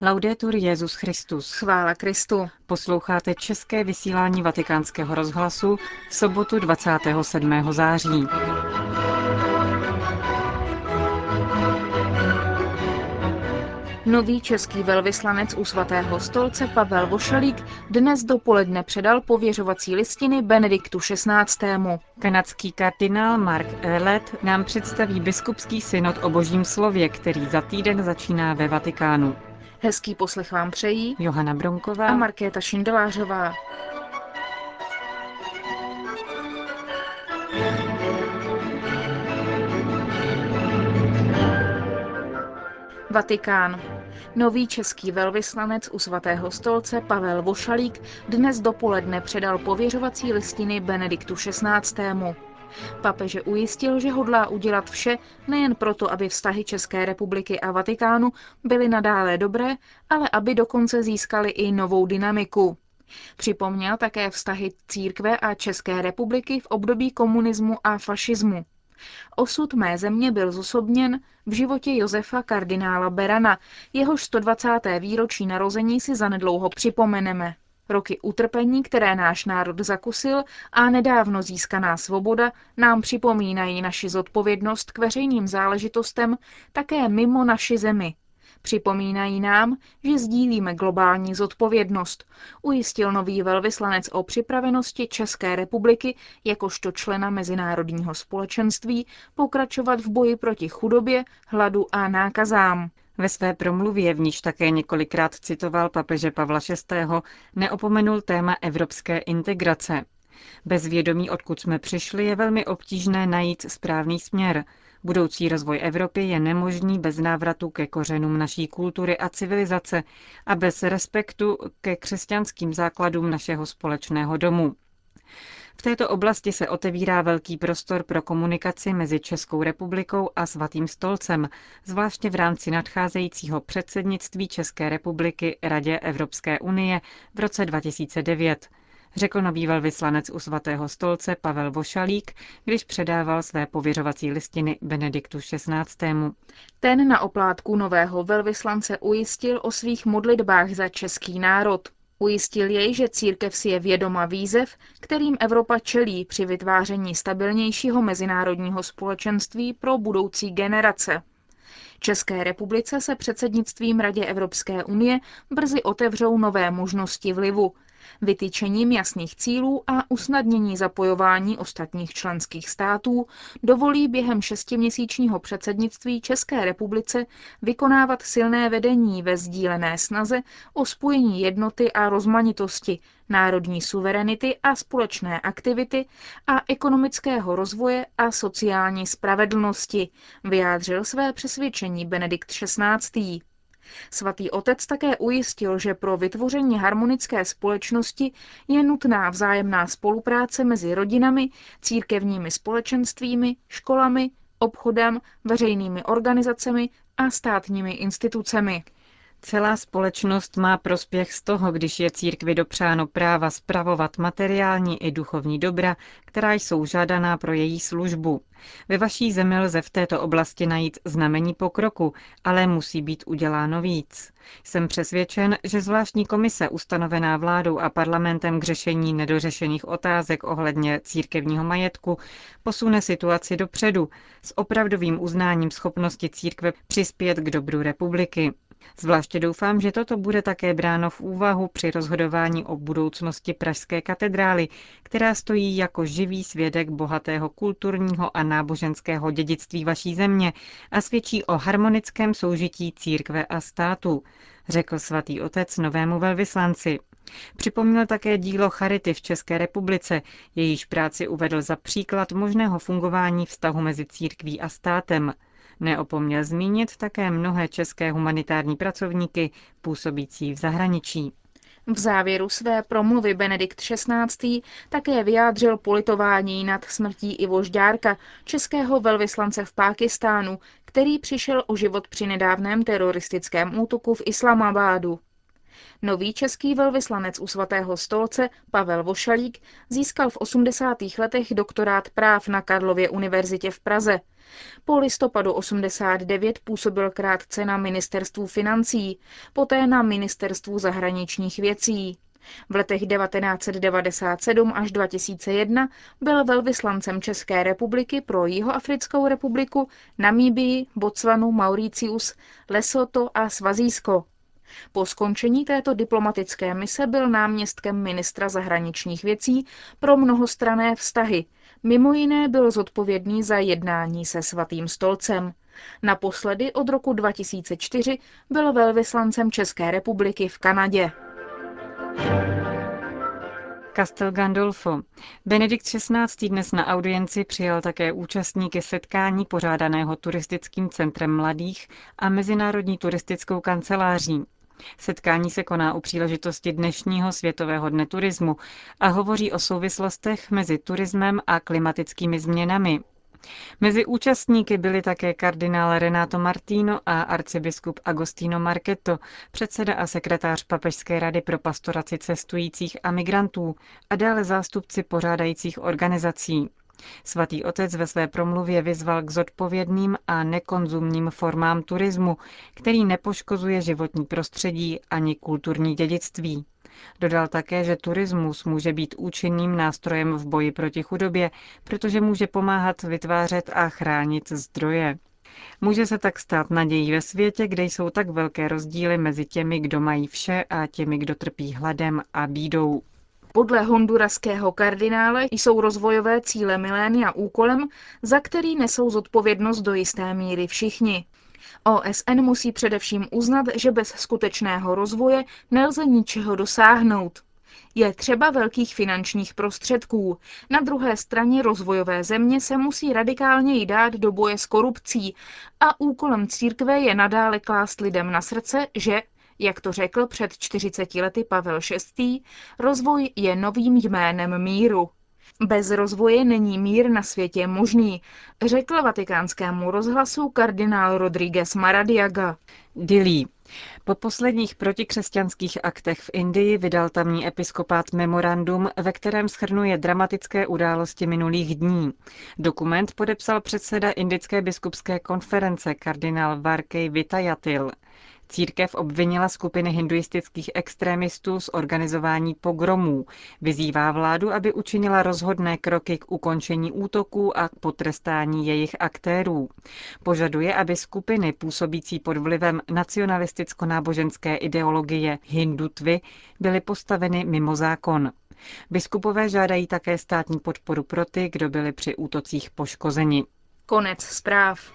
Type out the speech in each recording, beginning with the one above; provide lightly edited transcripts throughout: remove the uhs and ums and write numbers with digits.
Laudetur Jesus Christus. Chvála Kristu. Posloucháte české vysílání Vatikánského rozhlasu v sobotu 27. září. Nový český velvyslanec u Svatého stolce Pavel Vošalík dnes dopoledne předal pověřovací listiny Benediktu XVI. Kanadský kardinál Mark Ouellet nám představí biskupský synod o Božím slově, který za týden začíná ve Vatikánu. Hezký poslech vám přejí Johana Bronková a Markéta Šindelářová. Vatikán. Nový český velvyslanec u Svatého stolce Pavel Vošalík dnes dopoledne předal pověřovací listiny Benediktu XVI. Papeže ujistil, že hodlá udělat vše nejen proto, aby vztahy České republiky a Vatikánu byly nadále dobré, ale aby dokonce získaly i novou dynamiku. Připomněl také vztahy církve a České republiky v období komunismu a fašismu. Osud mé země byl zosobněn v životě Josefa kardinála Berana, jehož 120. výročí narození si zanedlouho připomeneme. Roky utrpení, které náš národ zakusil, a nedávno získaná svoboda nám připomínají naši zodpovědnost k veřejným záležitostem také mimo naši zemi. Připomínají nám, že sdílíme globální zodpovědnost, ujistil nový velvyslanec o připravenosti České republiky jakožto člena mezinárodního společenství pokračovat v boji proti chudobě, hladu a nákazám. Ve své promluvě, v níž také několikrát citoval papeže Pavla VI., neopomenul téma evropské integrace. Bez vědomí, odkud jsme přišli, je velmi obtížné najít správný směr. Budoucí rozvoj Evropy je nemožný bez návratu ke kořenům naší kultury a civilizace a bez respektu ke křesťanským základům našeho společného domu. V této oblasti se otevírá velký prostor pro komunikaci mezi Českou republikou a Svatým stolcem, zvláště v rámci nadcházejícího předsednictví České republiky Radě Evropské unie v roce 2009, řekl nový velvyslanec u Svatého stolce Pavel Vošalík, když předával své pověřovací listiny Benediktu XVI. Ten na oplátku nového velvyslance ujistil o svých modlitbách za český národ. Ujistil jej, že církev si je vědoma výzev, kterým Evropa čelí při vytváření stabilnějšího mezinárodního společenství pro budoucí generace. České republice se předsednictvím Radě Evropské unie brzy otevřou nové možnosti vlivu. Vytyčením jasných cílů a usnadnění zapojování ostatních členských států dovolí během 6měsíčního předsednictví České republice vykonávat silné vedení ve sdílené snaze o spojení jednoty a rozmanitosti, národní suverenity a společné aktivity a ekonomického rozvoje a sociální spravedlnosti, vyjádřil své přesvědčení Benedikt XVI. Svatý otec také ujistil, že pro vytvoření harmonické společnosti je nutná vzájemná spolupráce mezi rodinami, církevními společenstvími, školami, obchodem, veřejnými organizacemi a státními institucemi. Celá společnost má prospěch z toho, když je církvi dopřáno práva spravovat materiální i duchovní dobra, která jsou žádaná pro její službu. Ve vaší zemi lze v této oblasti najít znamení pokroku, ale musí být uděláno víc. Jsem přesvědčen, že zvláštní komise ustanovená vládou a parlamentem k řešení nedořešených otázek ohledně církevního majetku posune situaci dopředu s opravdovým uznáním schopnosti církve přispět k dobru republiky. Zvláště doufám, že toto bude také bráno v úvahu při rozhodování o budoucnosti Pražské katedrály, která stojí jako živý svědek bohatého kulturního a náboženského dědictví vaší země a svědčí o harmonickém soužití církve a státu, řekl svatý otec novému velvyslanci. Připomněl také dílo Charity v České republice, jejíž práci uvedl za příklad možného fungování vztahu mezi církví a státem. Neopomněl zmínit také mnohé české humanitární pracovníky působící v zahraničí. V závěru své promluvy Benedikt XVI. Také vyjádřil politování nad smrtí Ivo Žďárka, českého velvyslance v Pákistánu, který přišel o život při nedávném teroristickém útoku v Islamabádu. Nový český velvyslanec u Svatého stolce Pavel Vošalík získal v 80. letech doktorát práv na Karlově univerzitě v Praze. Po listopadu 89 působil krátce na ministerstvu financí, poté na ministerstvu zahraničních věcí. V letech 1997 až 2001 byl velvyslancem České republiky pro Jihoafrickou republiku, Namíbii, Botswanu, Mauritius, Lesotho a Svazijsko. Po skončení této diplomatické mise byl náměstkem ministra zahraničních věcí pro mnohostranné vztahy. Mimo jiné byl zodpovědný za jednání se Svatým stolcem. Naposledy od roku 2004 byl velvyslancem České republiky v Kanadě. Castel Gandolfo. Benedikt XVI. Dnes na audienci přijal také účastníky setkání pořádaného turistickým centrem mladých a Mezinárodní turistickou kanceláří. Setkání se koná u příležitosti dnešního Světového dne turismu a hovoří o souvislostech mezi turismem a klimatickými změnami. Mezi účastníky byli také kardinál Renato Martino a arcibiskup Agostino Marchetto, předseda a sekretář Papežské rady pro pastoraci cestujících a migrantů a dále zástupci pořádajících organizací. Svatý otec ve své promluvě vyzval k zodpovědným a nekonzumním formám turismu, který nepoškozuje životní prostředí ani kulturní dědictví. Dodal také, že turismus může být účinným nástrojem v boji proti chudobě, protože může pomáhat vytvářet a chránit zdroje. Může se tak stát nadějí ve světě, kde jsou tak velké rozdíly mezi těmi, kdo mají vše, a těmi, kdo trpí hladem a bídou. Podle honduraského kardinále jsou rozvojové cíle milénia úkolem, za který nesou zodpovědnost do jisté míry všichni. OSN musí především uznat, že bez skutečného rozvoje nelze ničeho dosáhnout. Je třeba velkých finančních prostředků. Na druhé straně rozvojové země se musí radikálně dát do boje s korupcí a úkolem církve je nadále klást lidem na srdce, že, jak to řekl před 40 lety Pavel VI., rozvoj je novým jménem míru. Bez rozvoje není mír na světě možný, řekl Vatikánskému rozhlasu kardinál Rodríguez Maradiaga. Dillí. Po posledních protikřesťanských aktech v Indii vydal tamní episkopát memorandum, ve kterém shrnuje dramatické události minulých dní. Dokument podepsal předseda Indické biskupské konference kardinál Varkej Vitajatil. Církev obvinila skupiny hinduistických extremistů z organizování pogromů. Vyzývá vládu, aby učinila rozhodné kroky k ukončení útoků a k potrestání jejich aktérů. Požaduje, aby skupiny působící pod vlivem nacionalisticko-náboženské ideologie hindutvy byly postaveny mimo zákon. Biskupové žádají také státní podporu pro ty, kdo byli při útocích poškozeni. Konec zpráv.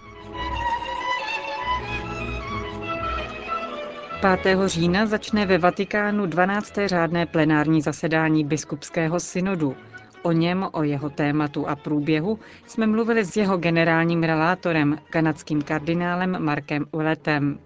5. října začne ve Vatikánu 12. řádné plenární zasedání biskupského synodu. O něm, o jeho tématu a průběhu jsme mluvili s jeho generálním relátorem, kanadským kardinálem Markem Ouelletem.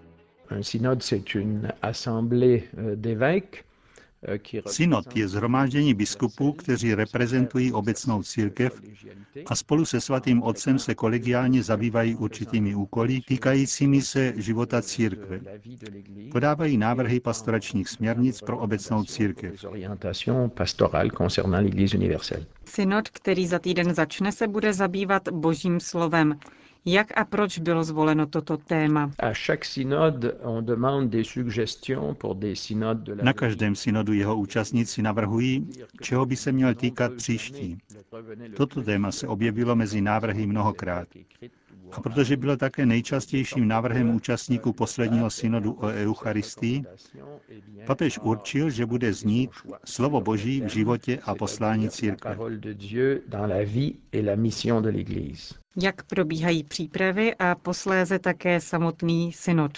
Synod je shromáždění biskupů, kteří reprezentují obecnou církev a spolu se svatým otcem se kolegiálně zabývají určitými úkoly týkajícími se života církve. Podávají návrhy pastoračních směrnic pro obecnou církev. Synod, který za týden začne, se bude zabývat Božím slovem. Jak a proč bylo zvoleno toto téma? Na každém synodu jeho účastníci navrhují, čeho by se měl týkat příští. Toto téma se objevilo mezi návrhy mnohokrát. A protože bylo také nejčastějším návrhem účastníků posledního synodu o eucharistii, papež určil, že bude znít slovo Boží v životě a poslání církve. Jak probíhají přípravy a posléze také samotný synod?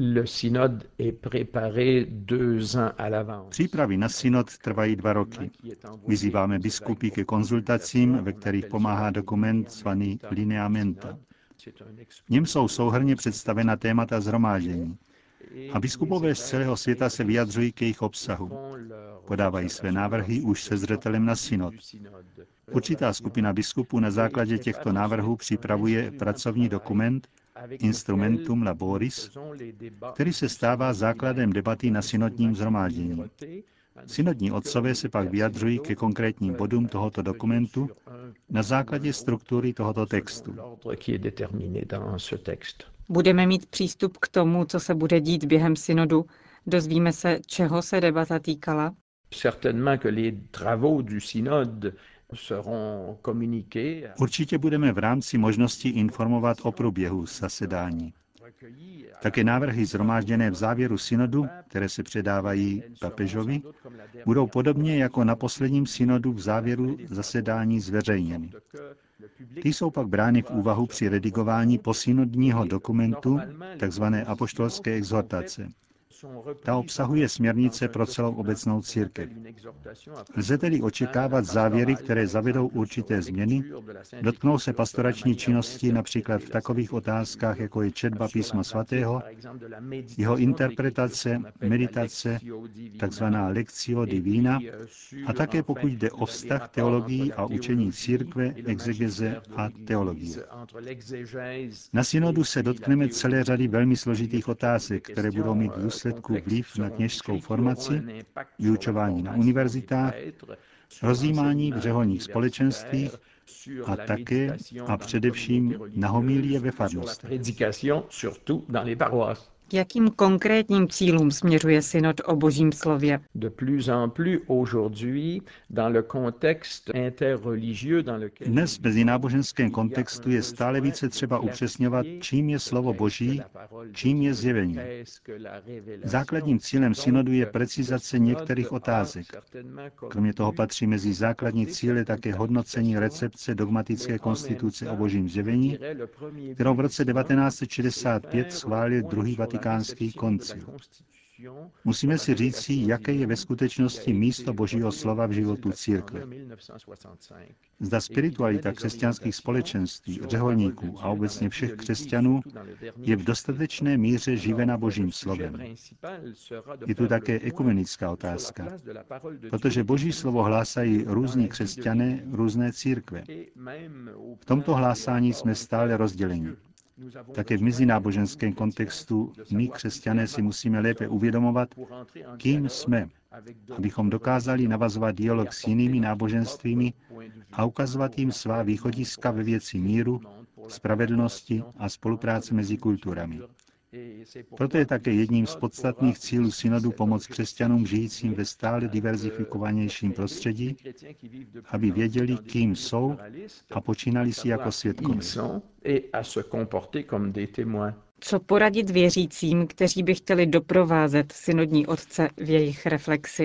Přípravy na synod trvají 2 roky. Vyzýváme biskupy ke konzultacím, ve kterých pomáhá dokument zvaný Lineamenta. V něm jsou souhrnně představena témata shromáždění. A biskupové z celého světa se vyjadřují k jejich obsahu. Podávají své návrhy už se zřetelem na synod. Určitá skupina biskupů na základě těchto návrhů připravuje pracovní dokument Instrumentum Laboris, který se stává základem debaty na synodním shromáždění. Synodní otcové se pak vyjadřují ke konkrétním bodům tohoto dokumentu na základě struktury tohoto textu. Budeme mít přístup k tomu, co se bude dít během synodu. Dozvíme se, čeho se debata týkala? Určitě budeme v rámci možností informovat o průběhu zasedání. Také návrhy shromážděné v závěru synodu, které se předávají papežovi, budou podobně jako na posledním synodu v závěru zasedání zveřejněny. Ty jsou pak brány v úvahu při redigování posynodního dokumentu, takzvané apoštolské exhortace. Ta obsahuje směrnice pro celou obecnou církev. Lze tedy očekávat závěry, které zavedou určité změny, dotknou se pastorační činnosti například v takových otázkách, jako je četba písma svatého, jeho interpretace, meditace, takzvaná lectio divina, a také pokud jde o vztah teologií a učení církve, exegeze a teologie. Na synodu se dotkneme celé řady velmi složitých otázek, které budou mít v důsledku vliv na kněžskou formaci, vyučování na univerzitách, rozjímání v řeholních společenstvích a také a především na homilie ve farnostech. K jakým konkrétním cílům směřuje synod o Božím slově? Dnes v mezináboženském kontextu je stále více třeba upřesňovat, čím je slovo Boží, čím je zjevení. Základním cílem synodu je precizace některých otázek. Kromě toho patří mezi základní cíle také hodnocení recepce dogmatické konstituce o Božím zjevení, kterou v roce 1965 schválil druhý vatikánský koncil. Musíme si říci, jaké je ve skutečnosti místo Božího slova v životu církve. Zda spiritualita křesťanských společenství, řeholníků a obecně všech křesťanů je v dostatečné míře živena Božím slovem. Je tu také ekumenická otázka, protože Boží slovo hlásají různí křesťané, různé církve. V tomto hlásání jsme stále rozděleni. Také v mezináboženském kontextu my, křesťané, si musíme lépe uvědomovat, kým jsme, abychom dokázali navazovat dialog s jinými náboženstvími a ukazovat jim svá východiska ve věci míru, spravedlnosti a spolupráce mezi kulturami. Proto je také jedním z podstatných cílů synodu pomoc křesťanům žijícím ve stále diverzifikovanějším prostředí, aby věděli, kým jsou a počínali si jako svědkové. Co poradit věřícím, kteří by chtěli doprovázet synodní otce v jejich reflexi?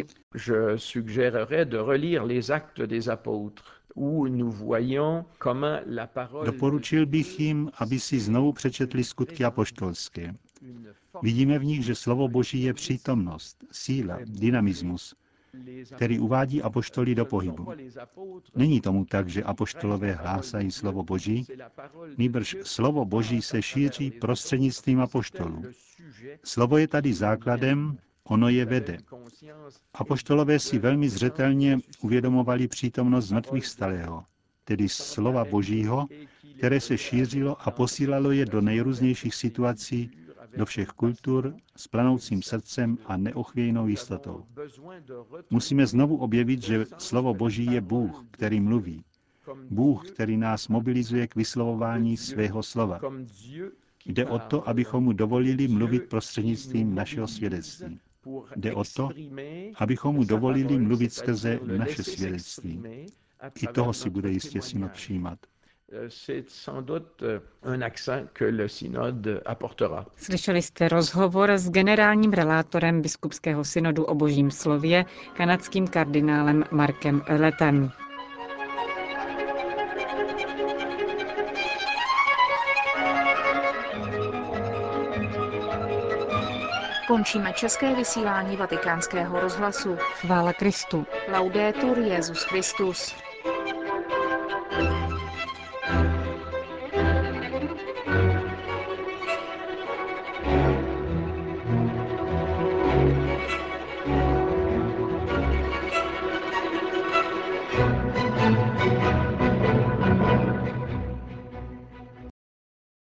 Doporučil bych jim, aby si znovu přečetli Skutky apoštolské. Vidíme v nich, že slovo Boží je přítomnost, síla, dynamismus, který uvádí apoštoly do pohybu. Není tomu tak, že apoštolové hlásají slovo Boží, nýbrž slovo Boží se šíří prostřednictvím apoštolů. Slovo je tady základem, ono je vede. Apoštolové si velmi zřetelně uvědomovali přítomnost zmrtvýchvstalého, tedy slova Božího, které se šířilo a posílalo je do nejrůznějších situací, do všech kultur, s planoucím srdcem a neochvějnou jistotou. Musíme znovu objevit, že slovo Boží je Bůh, který mluví. Bůh, který nás mobilizuje k vyslovování svého slova. Jde o to, abychom mu dovolili mluvit prostřednictvím našeho svědectví. Jde o to, abychom mu dovolili mluvit skrze naše svědectví. I toho si bude jistě synod všímat. Slyšeli jste rozhovor s generálním relátorem biskupského synodu o Božím slově, kanadským kardinálem Markem Öyletem. Končíme české vysílání Vatikánského rozhlasu. Chvála Kristu. Laudetur Jesus Christus.